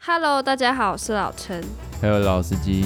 Hello， 大家好，我是老陈， 还有老司机。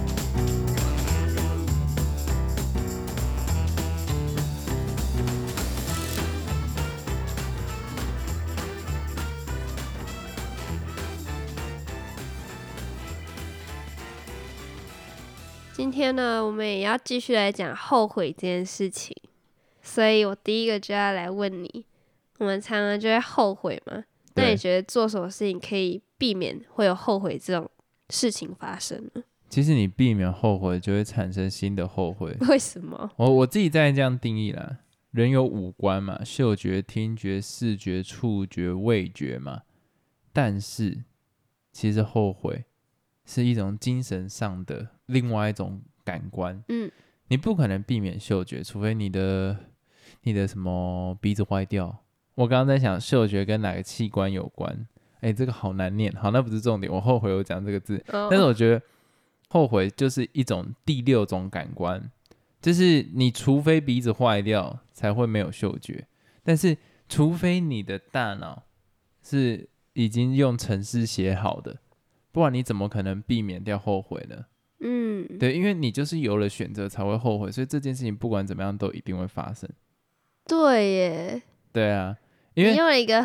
今天呢，我们也要继续来讲后悔这件事情，所以我第一个就要来问你，我们常常就会后悔嘛？那你觉得做什么事情可以避免会有后悔这种事情发生呢？ 其实你避免后悔，就会产生新的后悔。 为什么？ 我自己在这样定义啦，人有五官嘛，嗅觉、听觉、视觉、触觉、味觉嘛。但是其实后悔是一种精神上的另外一种感官。你不可能避免嗅觉，除非你的什么鼻子坏掉。我刚刚在想嗅觉跟哪个器官有关，这个好难念。好，那不是重点，我后悔我讲这个字。但是我觉得后悔就是一种第六种感官，就是你除非鼻子坏掉才会没有嗅觉，但是除非你的大脑是已经用程式写好的，不然你怎么可能避免掉后悔呢？对，因为你就是有了选择才会后悔，所以这件事情不管怎么样都一定会发生。 对耶， 对啊，因为你用了一个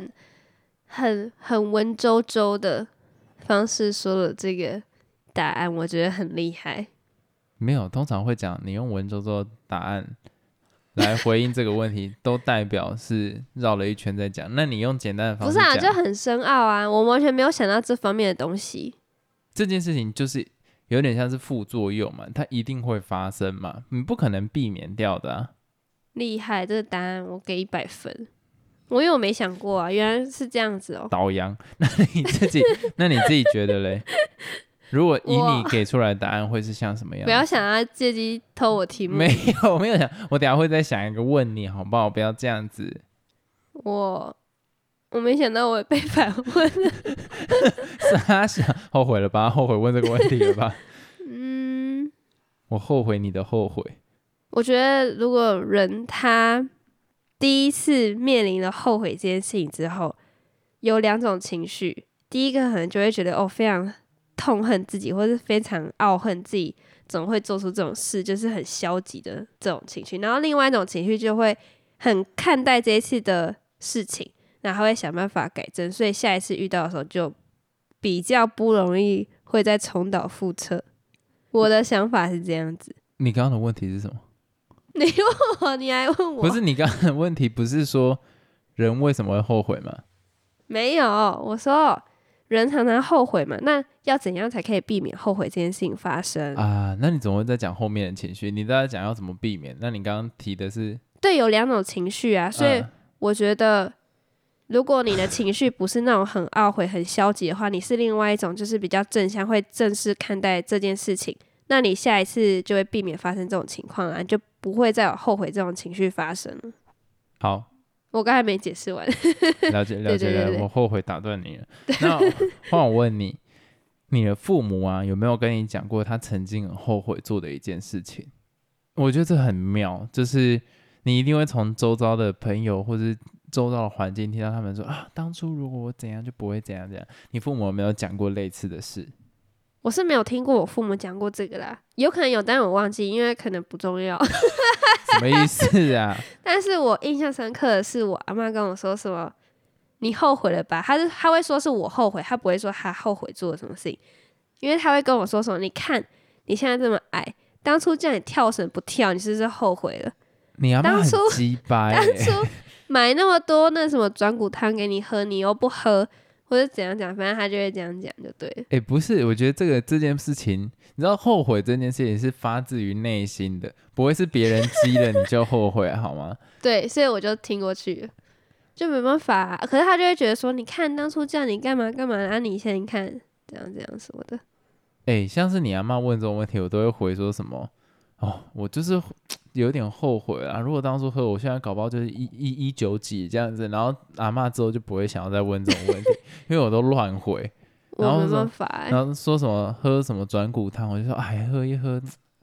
很文绉绉的方式说了这个答案，我觉得很厉害。 没有，通常会讲你用文绉绉的答案来回应这个问题，都代表是绕了一圈在讲。那你用简单的方式讲， 不是啊，就很深奥啊，我完全没有想到这方面的东西。 这件事情就是有点像是副作用嘛，它一定会发生嘛，你不可能避免掉的啊。 厉害，这个答案我给100分。因为我没想过啊，原来是这样子哦。 倒洋，那你自己觉得嘞？如果以你给出来的答案会是像什么样子？ 不要想要借机偷我题目。 没有想，我等一下会再想一个问你，好不好？不要这样子。 我没想到我也被反问了。 傻想后悔了吧？后悔问这个问题了吧？我后悔你的后悔。 我觉得如果人他第一次面临了后悔这件事情之后，有两种情绪。第一个可能就会觉得非常痛恨自己，或是非常懊恨自己怎么会做出这种事，就是很消极的这种情绪。然后另外一种情绪就会很看待这一次的事情，然后会想办法改正，所以下一次遇到的时候就比较不容易会再重蹈覆辙。我的想法是这样子。 你刚刚的问题是什么？ 你问我，你还问我？ 不是，你刚刚的问题不是说人为什么会后悔吗？ 没有，我说人常常后悔嘛，那要怎样才可以避免后悔这件事情发生啊？那你怎么会在讲后面的情绪？你都在讲要怎么避免？那你刚刚提的是对，有两种情绪啊，所以我觉得如果你的情绪不是那种很懊悔很消极的话，你是另外一种就是比较正向，会正式看待这件事情，那你下一次就会避免发生这种情况啦，你就不会再有后悔这种情绪发生了。 好， 我刚才没解释完。 了解对， 我后悔打断你了。那换我问你，你的父母啊有没有跟你讲过他曾经很后悔做的一件事情？我觉得这很妙，就是你一定会从周遭的朋友或是周遭的环境听到他们说啊，当初如果我怎样就不会怎样怎样。你父母有没有讲过类似的事？ 我是没有听过我父母讲过这个啦，有可能有，但我忘记，因为可能不重要。 什么意思啊？ 但是我印象深刻的是，我阿嬷跟我说什么，你后悔了吧？他会说是我后悔，他不会说他后悔做了什么事情，因为他会跟我说什么，你看你现在这么矮，当初叫你跳绳不跳，你是不是后悔了？ 你阿嬷很鸡掰当初买那么多那什么转骨汤给你喝，你又不喝，或者怎样讲，反正他就会这样讲就对了。 不是，我觉得这件事情，你知道后悔这件事情是发自于内心的，不会是别人激了你就后悔好吗？ 对，所以我就听过去了，就没办法啊。可是他就会觉得说，你看当初叫你干嘛干嘛，啊你现在看这样什么的。 像是你阿嬷问这种问题，我都会回说什么我就是有点后悔啊，如果当初喝，我现在搞不好就是119几这样子，然后阿嬷之后就不会想要再问这种问题，因为我都乱回。然后我没办法然后说什么喝什么转骨汤，我就说喝一喝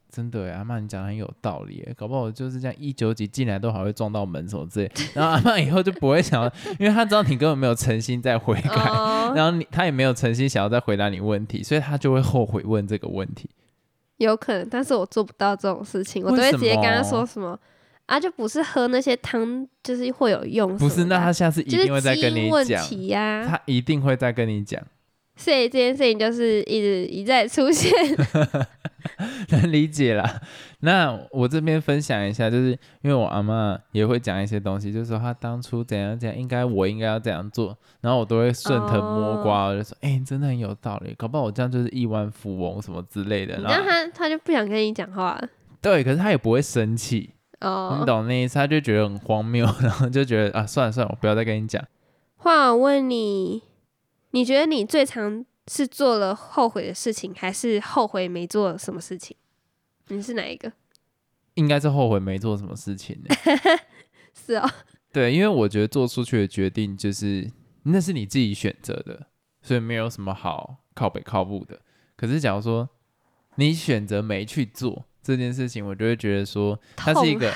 真的耶，阿嬷你讲的很有道理耶，搞不好我就是这样199进来都还会撞到门什么之类，然后阿嬷以后就不会想要，因为她知道你根本没有诚心在悔改，然后她也没有诚心想要再回答你问题，所以她就会后悔问这个问题。 有可能，但是我做不到这种事情，我都会直接跟他说什么啊，就不是喝那些汤就是会有用什么的， 不是，那他下次一定会再跟你讲， 就是基因问题啊， 他一定会再跟你讲。 所以这件事情就是一再出现。 能理解啦。那我这边分享一下，就是因为我阿嬷也会讲一些东西，就是说她当初怎样怎样，我应该要这样做，然后我都会顺藤摸瓜，我就说，真的很有道理，搞不好我这样就是亿万富翁什么之类的。然后他就不想跟你讲话了。 对，可是他也不会生气，你懂那意思？他就觉得很荒谬，然后就觉得算了，我不要再跟你讲。 换我问你，你觉得你最常是做了后悔的事情，还是后悔没做什么事情？你是哪一个？ 应该是后悔没做什么事情。 是哦。 对，因为我觉得做出去的决定就是那是你自己选择的，所以没有什么好靠北靠步的。可是假如说你选择没去做这件事情，我就会觉得说它是一个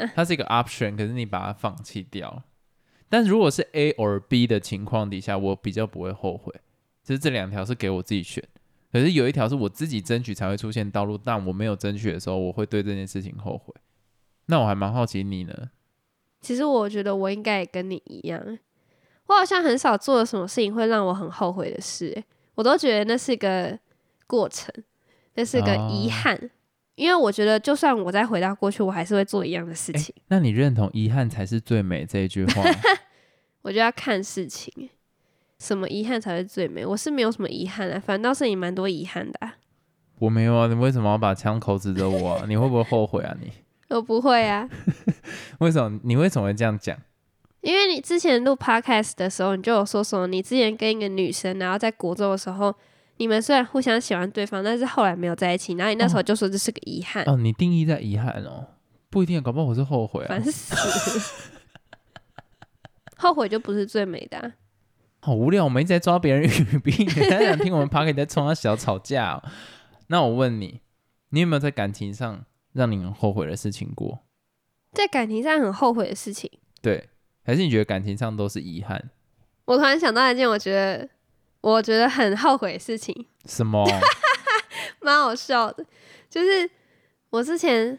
option， 可是你把它放弃掉。但如果是 A or B 的情况底下，我比较不会后悔，就是这两条是给我自己选。可是有一条是我自己争取才会出现道路，但我没有争取的时候，我会对这件事情后悔。那我还蛮好奇你呢？ 其实我觉得我应该也跟你一样，我好像很少做了什么事情会让我很后悔的事，我都觉得那是个过程，那是个遗憾。因为我觉得就算我再回到过去，我还是会做一样的事情。 那你认同遗憾才是最美这一句话？ 我就要看事情，什么遗憾才会最美？我是没有什么遗憾啊，反倒是你蛮多遗憾的啊。 我没有啊，你为什么要把枪口指着我啊？你会不会后悔啊你？ 我不会啊。 你为什么会这样讲？ 因为你之前录 podcast 的时候，你就有说什么，你之前跟一个女生，然后在国中的时候，你们虽然互相喜欢对方，但是后来没有在一起，然后你那时候就说这是个遗憾。 你定义在遗憾哦，不一定，搞不好我是后悔啊。 烦死。后悔就不是最美的啊。 好无聊，我们一直在抓别人语病，大家想听我们 podcast 在冲他小吵架哦。那我问你，你有没有在感情上让你很后悔的事情过？ 在感情上很后悔的事情？ 对，还是你觉得感情上都是遗憾？ 我突然想到一件我觉得很后悔的事情。 什么？ 蛮好笑的，就是我之前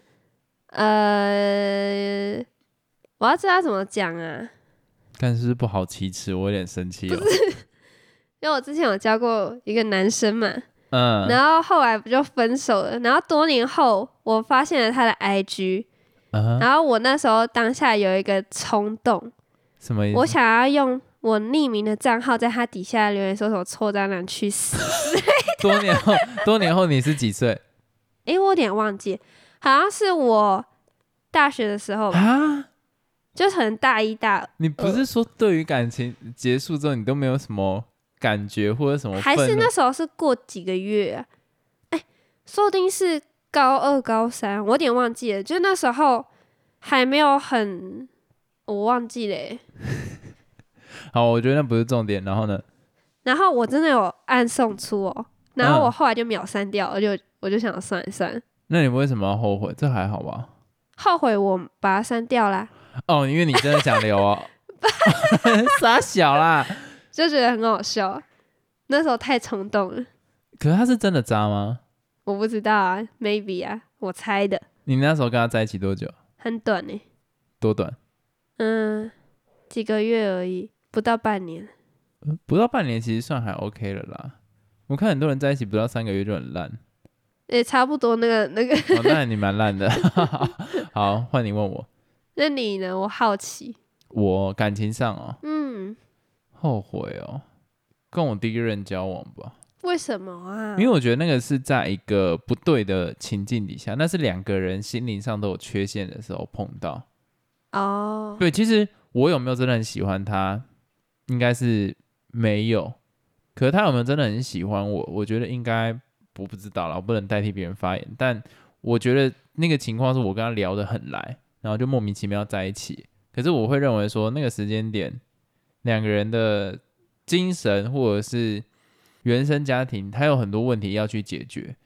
我要知道怎么讲啊。 但是不好启齿，我有点生气哦。 因为我之前有交过一个男生嘛， 然后后来不就分手了，然后多年后我发现了他的 IG，然后我那时候当下有一个冲动。 什么意思？ 我想要用我匿名的账号在他底下留言说什么臭渣男去死。 多年后你是几岁？ 我有点忘记，好像是我大学的时候吧。 啊？ 就可能大一大二。 你不是说对于感情结束之后你都没有什么感觉或者什么愤怒？ 还是那时候是过几个月啊？说不定是高二高三，我有点忘记了。就那时候还没有很，我忘记了。 好，我觉得那不是重点。然后呢？ 然后我真的有按送出哦，然后我后来就秒删掉，我就想算一算。 那你为什么要后悔？这还好吧？ 后悔我把它删掉啦。 因为你真的想留哦。傻小啦， 就觉得很好笑。那时候太冲动了。 可是他是真的渣吗？ 我不知道啊 ，maybe 啊，我猜的。 你那时候跟他在一起多久？ 很短欸。 多短？ 几个月而已，不到半年。 不到半年其实算还 OK 了啦。我看很多人在一起不到3个月就很烂。 也差不多那个。 那你蛮烂的。好，换你问我。 那你呢？我好奇。 我感情上后悔跟我第一任交往吧。 为什么啊？ 因为我觉得那个是在一个不对的情境底下，那是2个人心灵上都有缺陷的时候碰到。对，其实我有没有真的很喜欢他，应该是没有。可是他有没有真的很喜欢我，我觉得应该我不知道啦，我不能代替别人发言。但我觉得那个情况是我跟他聊得很来，然后就莫名其妙在一起。可是我会认为说那个时间点2个人的精神或者是原生家庭他有很多问题要去解决，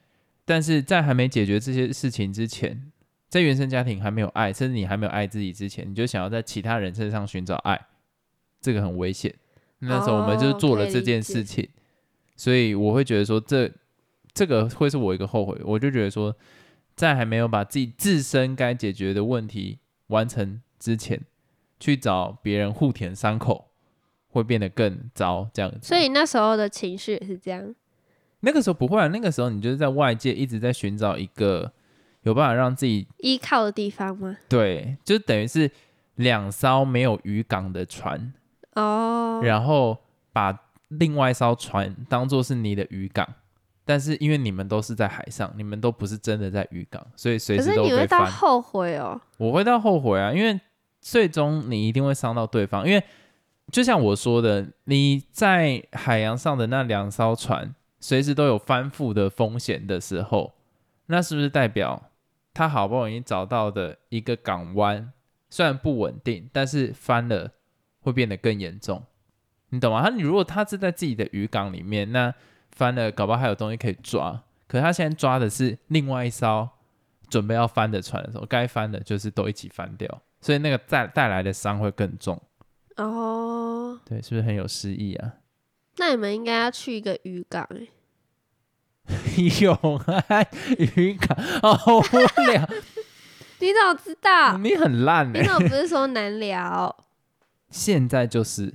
但是在还没解决这些事情之前，在原生家庭还没有爱，甚至你还没有爱自己之前，你就想要在其他人身上寻找爱，这个很危险。那时候我们就做了这件事情，所以我会觉得说这个会是我一个后悔。我就觉得说，在还没有把自己自身该解决的问题完成之前，去找别人互填伤口，会变得更糟这样子。 所以那时候的情绪也是这样。 那个时候不会啊，那个时候你就是在外界一直在寻找一个有办法让自己依靠的地方吗？ 对，就等于是2艘没有渔港的船，然后把另外一艘船当作是你的渔港，但是因为你们都是在海上，你们都不是真的在渔港，所以随时都会被翻。可是你会到后悔哦？ 我会到后悔啊，因为最终你一定会伤到对方，因为就像我说的，你在海洋上的那2艘船随时都有翻覆的风险的时候，那是不是代表他好不容易找到的一个港湾虽然不稳定，但是翻了会变得更严重，你懂吗？如果他是在自己的渔港里面，那翻了搞不好还有东西可以抓，可是他现在抓的是另外一艘准备要翻的船的时候，该翻的就是都一起翻掉，所以那个带来的伤会更重。对，是不是很有诗意啊？ 那你们应该要去一个渔港永安渔港好无聊你怎么知道？ 你很烂你怎么不是说难聊？ 现在就是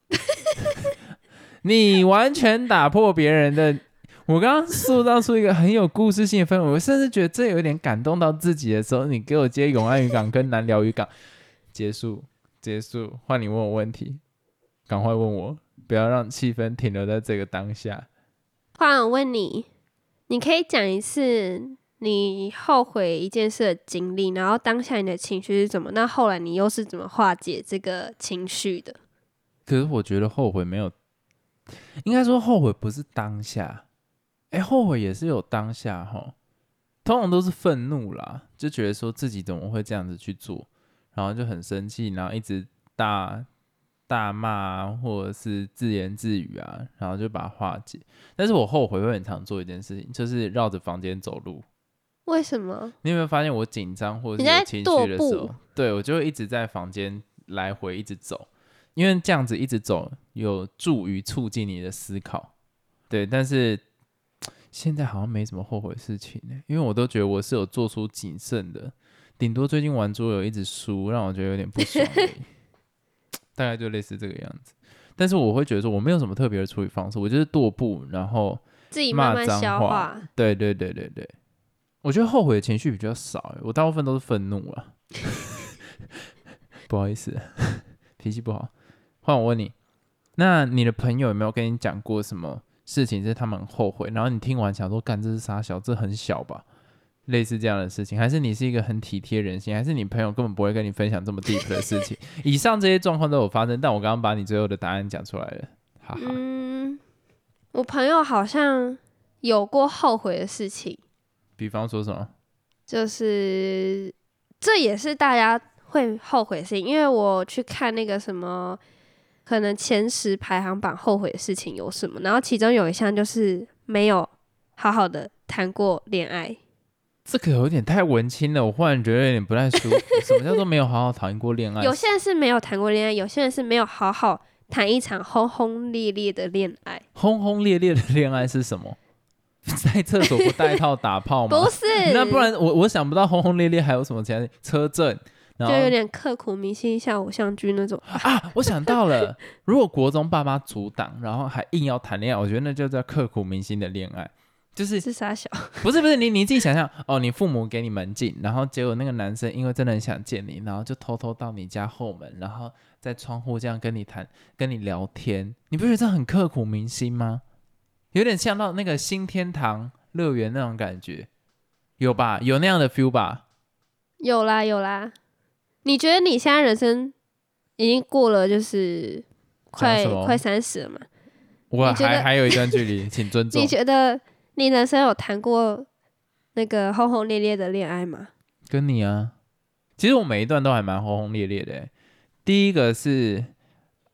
你完全打破别人的，我刚刚塑造出一个很有故事性的氛围，我甚至觉得这有点感动到自己的时候，你给我接永安渔港跟南寮渔港。结束，换你问我问题，赶快问我，不要让气氛停留在这个当下。 换我问你，你可以讲一次你后悔一件事的经历，然后当下你的情绪是怎么，那后来你又是怎么化解这个情绪的？ 可是我觉得后悔没有，应该说后悔不是当下，后悔也是有当下齁，通常都是愤怒啦，就觉得说自己怎么会这样子去做，然后就很生气，然后一直大骂啊，或者是自言自语啊，然后就把它化解。但是我后悔会很常做一件事情，就是绕着房间走路。 为什么？ 你有没有发现我紧张或者是有情绪的时候，对，我就会一直在房间来回一直走，因为这样子一直走有助于促进你的思考。对，但是现在好像没什么后悔的事情，因为我都觉得我是有做出谨慎的，顶多最近玩桌游一直输，让我觉得有点不爽而已。大概就类似这个样子，但是我会觉得说我没有什么特别的处理方式，我就是踱步，然后自己慢慢消化。 对，我觉得后悔的情绪比较少，我大部分都是愤怒啊。不好意思，脾气不好。换我问你，那你的朋友有没有跟你讲过什么事情是他们很后悔，然后你听完想说干这是啥小，这很小吧？类似这样的事情，还是你是一个很体贴人心，还是你朋友根本不会跟你分享这么 deep 的事情？以上这些状况都有发生，但我刚刚把你最后的答案讲出来了，哈哈。 我朋友好像有过后悔的事情， 比方说什么？ 就是这也是大家会后悔的事情，因为我去看那个什么，可能前10排行榜后悔的事情有什么，然后其中有一项就是没有好好的谈过恋爱。 这个有点太文青了，我忽然觉得有点不太舒服。什么叫做没有好好谈过恋爱？ 有些人是没有谈过恋爱，有些人是没有好好谈一场轰轰烈烈的恋爱。 轰轰烈烈的恋爱是什么？在厕所不带套打炮吗？ 不是， 那不然我想不到轰轰烈烈还有什么其他车震，然后就有点刻骨铭心，像偶像剧那种啊。我想到了，如果国中爸妈阻挡，然后还硬要谈恋爱，我觉得那就叫刻骨铭心的恋爱。就是傻小， 不是你自己想象哦，你父母给你门禁，然后结果那个男生因为真的很想见你，然后就偷偷到你家后门，然后在窗户这样跟你谈、跟你聊天，你不觉得这很刻骨铭心吗？有点像到那个新天堂乐园那种感觉，有吧？有那样的 feel 吧？ 有啦。你觉得你现在人生已经过了，就是快30了嘛？ 我还有一段距离，请尊重。 你觉得你人生有谈过那个轰轰烈烈的恋爱吗？ 跟你啊，其实我每一段都还蛮轰轰烈烈的。第一个是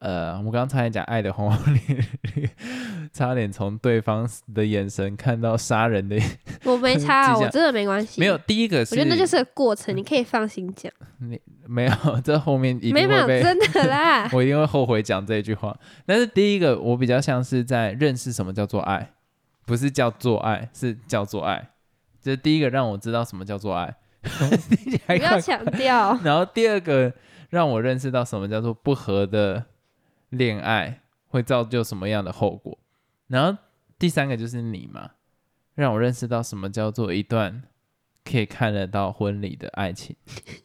我刚刚差点讲爱的轰轰烈烈，差点从对方的眼神看到杀人的。 我没差啊，我真的没关系。 没有，第一个是我觉得那就是个过程，你可以放心讲。 没有，这后面一定会被没有真的啦， 我一定会后悔讲这句话。但是第一个我比较像是在认识什么叫做爱，不是叫做爱，是叫做爱。这是第一个让我知道什么叫做爱。 不要强调。 然后第二个让我认识到什么叫做不合的恋爱会造就什么样的后果。然后第三个就是你嘛，让我认识到什么叫做一段可以看得到婚礼的爱情。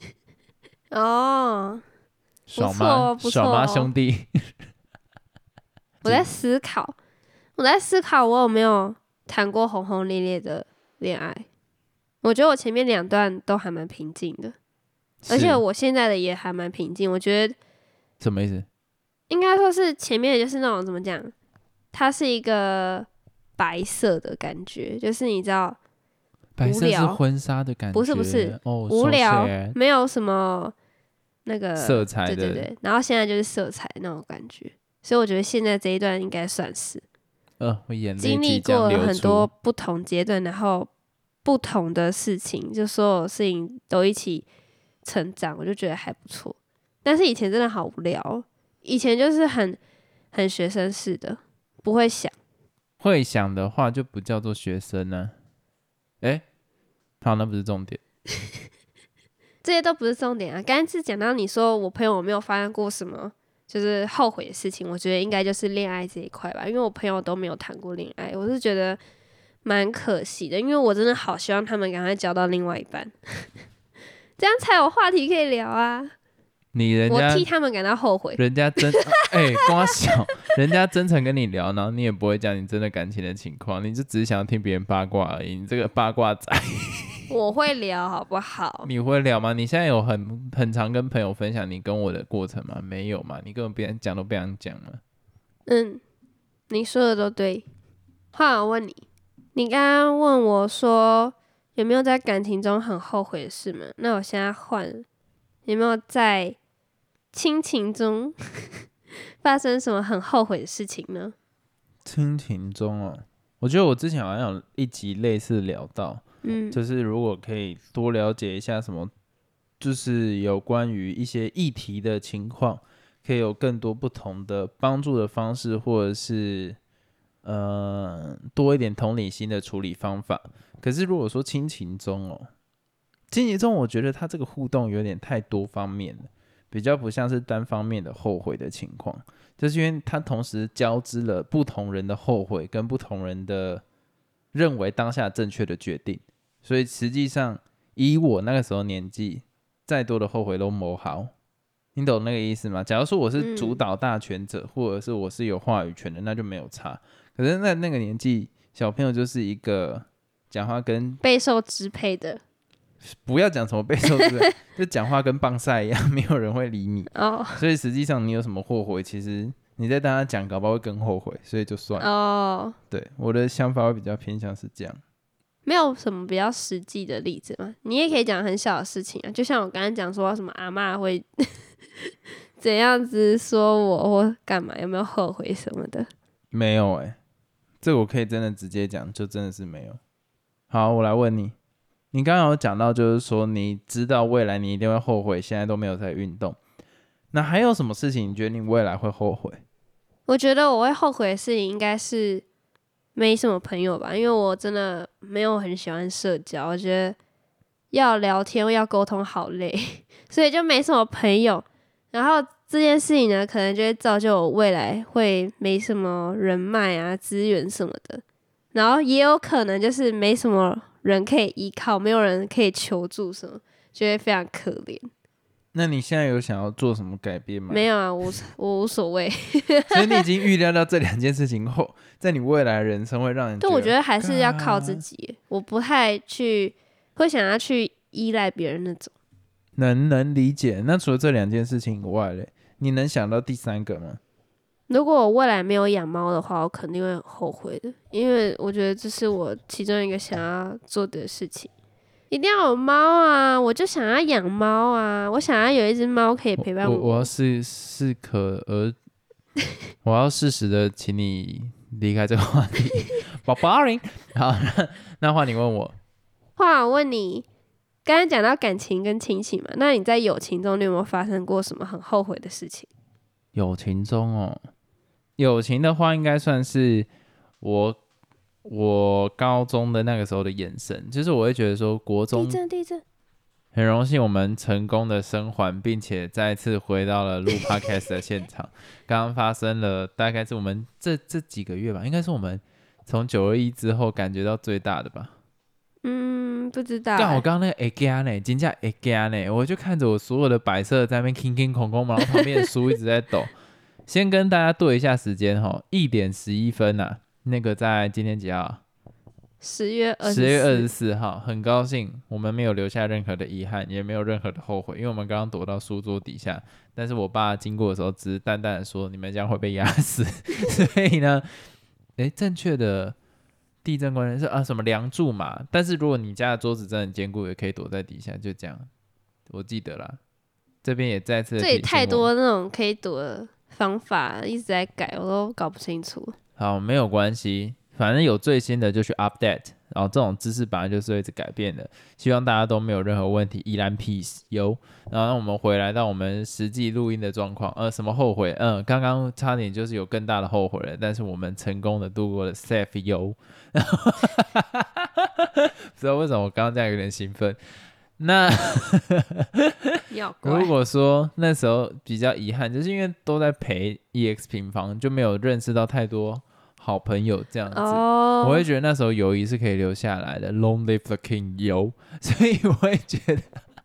哦， 爽吗？ 不错爽吗，兄弟？ 我在思考，我有没有谈过轰轰烈烈的恋爱。我觉得我前面2段都还蛮平静的，而且我现在的也还蛮平静。我觉得什么意思？ 应该说是前面的就是那种怎么讲，它是一个白色的感觉，就是你知道， 白色是婚纱的感觉， 不是、 哦、 无聊， so 没有什么那个色彩的， 对。然后现在就是色彩那种感觉，所以我觉得现在这一段应该算是我眼泪经历过了很多不同阶段，然后不同的事情，就所有事情都一起成长，我就觉得还不错。但是以前真的好无聊，以前就是很学生式的，不会想。 会想的话就不叫做学生呢、好，那不是重点。 这些都不是重点啊。刚才是讲到你说我朋友有没有发生过什么就是后悔的事情，我觉得应该就是恋爱这一块吧，因为我朋友都没有谈过恋爱，我是觉得蛮可惜的，因为我真的好希望他们赶快交到另外一半，这样才有话题可以聊啊。我替他们感到后悔。 人家真光小，人家真诚跟你聊，然后你也不会讲你真的感情的情况，你就只是想要听别人八卦而已。你这个八卦仔。 我会聊好不好？ 你会聊吗？你现在有很常跟朋友分享你跟我的过程吗？没有嘛？你根本别人讲都不想讲了。 你说的都对。换我问你，你刚刚问我说有没有在感情中很后悔的事吗？那我现在换了，有没有在亲情中发生什么很后悔的事情呢？ 亲情中哦，我觉得我之前好像有一集类似聊到，就是如果可以多了解一下什么，就是有关于一些议题的情况，可以有更多不同的帮助的方式，或者是多一点同理心的处理方法。可是如果说亲情中我觉得他这个互动有点太多方面了，比较不像是单方面的后悔的情况，就是因为他同时交织了不同人的后悔跟不同人的认为当下正确的决定，所以实际上以我那个时候年纪，再多的后悔都没好。你懂那个意思吗？假如说我是主导大权者，或者是我是有话语权的，那就没有差。可是在那个年纪，小朋友就是一个讲话跟备受支配的， 不要讲什么备受支配，就讲话跟棒赛一样，没有人会理你。所以实际上你有什么后悔，其实你在大家讲，搞不好会更后悔，所以就算了。对，我的想法会比较偏向是这样。 没有什么比较实际的例子吗？你也可以讲很小的事情啊，就像我刚才讲说什么阿嬷会怎样子说我或干嘛，有没有后悔什么的？ 没有这我可以真的直接讲，就真的是没有。好，我来问你，你刚刚有讲到就是说你知道未来你一定会后悔现在都没有在运动，那还有什么事情你觉得你未来会后悔？ 我觉得我会后悔的事情应该是没什么朋友吧，因为我真的没有很喜欢社交，我觉得要聊天要沟通好累，所以就没什么朋友。然后这件事情呢，可能就会造就我未来会没什么人脉啊、资源什么的，然后也有可能就是没什么人可以依靠，没有人可以求助什么，就会非常可怜。 那你现在有想要做什么改变吗？ 没有啊，我无所谓。 所以你已经预料到这2件事情后，在你未来的人生会让人觉得， 对，我觉得还是要靠自己，我不太会想要去依赖别人那种。 能理解。那除了这2件事情以外嘞，你能想到第3个吗？ 如果我未来没有养猫的话，我肯定会很后悔的，因为我觉得这是我其中一个想要做的事情。一定要有猫啊！我就想要养猫啊！我想要有一只猫可以陪伴我。 我要适可而我要适时的请你离开这个话题，宝宝林。好，那换你问我。 话我问你，刚刚讲到感情跟亲情嘛，那你在友情中，你有没有发生过什么很后悔的事情？ 友情中哦，友情的话，应该算是我高中的那个时候的眼神，就是我会觉得说，国中地震， 很荣幸我们成功的生还，并且再次回到了录 podcast 的现场。刚刚发生了，大概是我们这几个月吧，应该是我们从921之后感觉到最大的吧。 不知道、 干我刚刚那个会惊呢，真的会惊呢，我就看着我所有的摆设在那边空空空空嘛，然后旁边的书一直在抖。先跟大家对一下时间哈，1点11分啊，那个在今天几号 ？10月 24号，很高兴我们没有留下任何的遗憾，也没有任何的后悔，因为我们刚刚躲到书桌底下，但是我爸经过的时候只是淡淡的说：“你们将会被压死。”所以呢，正确的地震观念是什么梁柱嘛？但是如果你家的桌子真的很坚固，也可以躲在底下，就这样。我记得啦，这边也再次这也太多那种可以躲的方法，一直在改，我都搞不清楚。 好，没有关系，反正有最新的就去 update， 然后这种知识本来就是会一直改变的，希望大家都没有任何问题，依然 peace 有。然后我们回来到我们实际录音的状况，什么后悔？刚刚差点就是有更大的后悔了，但是我们成功的度过了 safe 有。不知道为什么我刚刚这样有点兴奋。那如果说那时候比较遗憾，就是因为都在陪 EX 平方，就没有认识到太多好朋友这样子，我会觉得那时候友谊是可以留下来的。Long live the king， 有，所以我会觉得，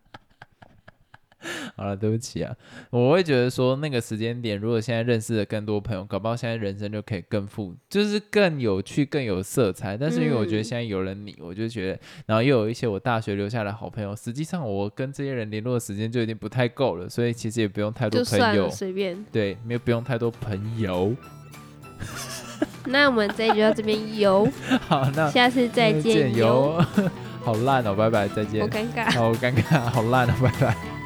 好了，对不起啊，我会觉得说那个时间点，如果现在认识了更多朋友，搞不好现在人生就可以就是更有趣、更有色彩。但是因为我觉得现在有了你，我就觉得，然后又有一些我大学留下的好朋友，实际上我跟这些人联络的时间就已经不太够了，所以其实也不用太多朋友， 就算了，随便， 对，不用太多朋友。 那我们这一集到这边游， 好，那下次再见游。 好烂哦，拜拜，再见。 好尴尬， 好尴尬，好烂哦，拜拜。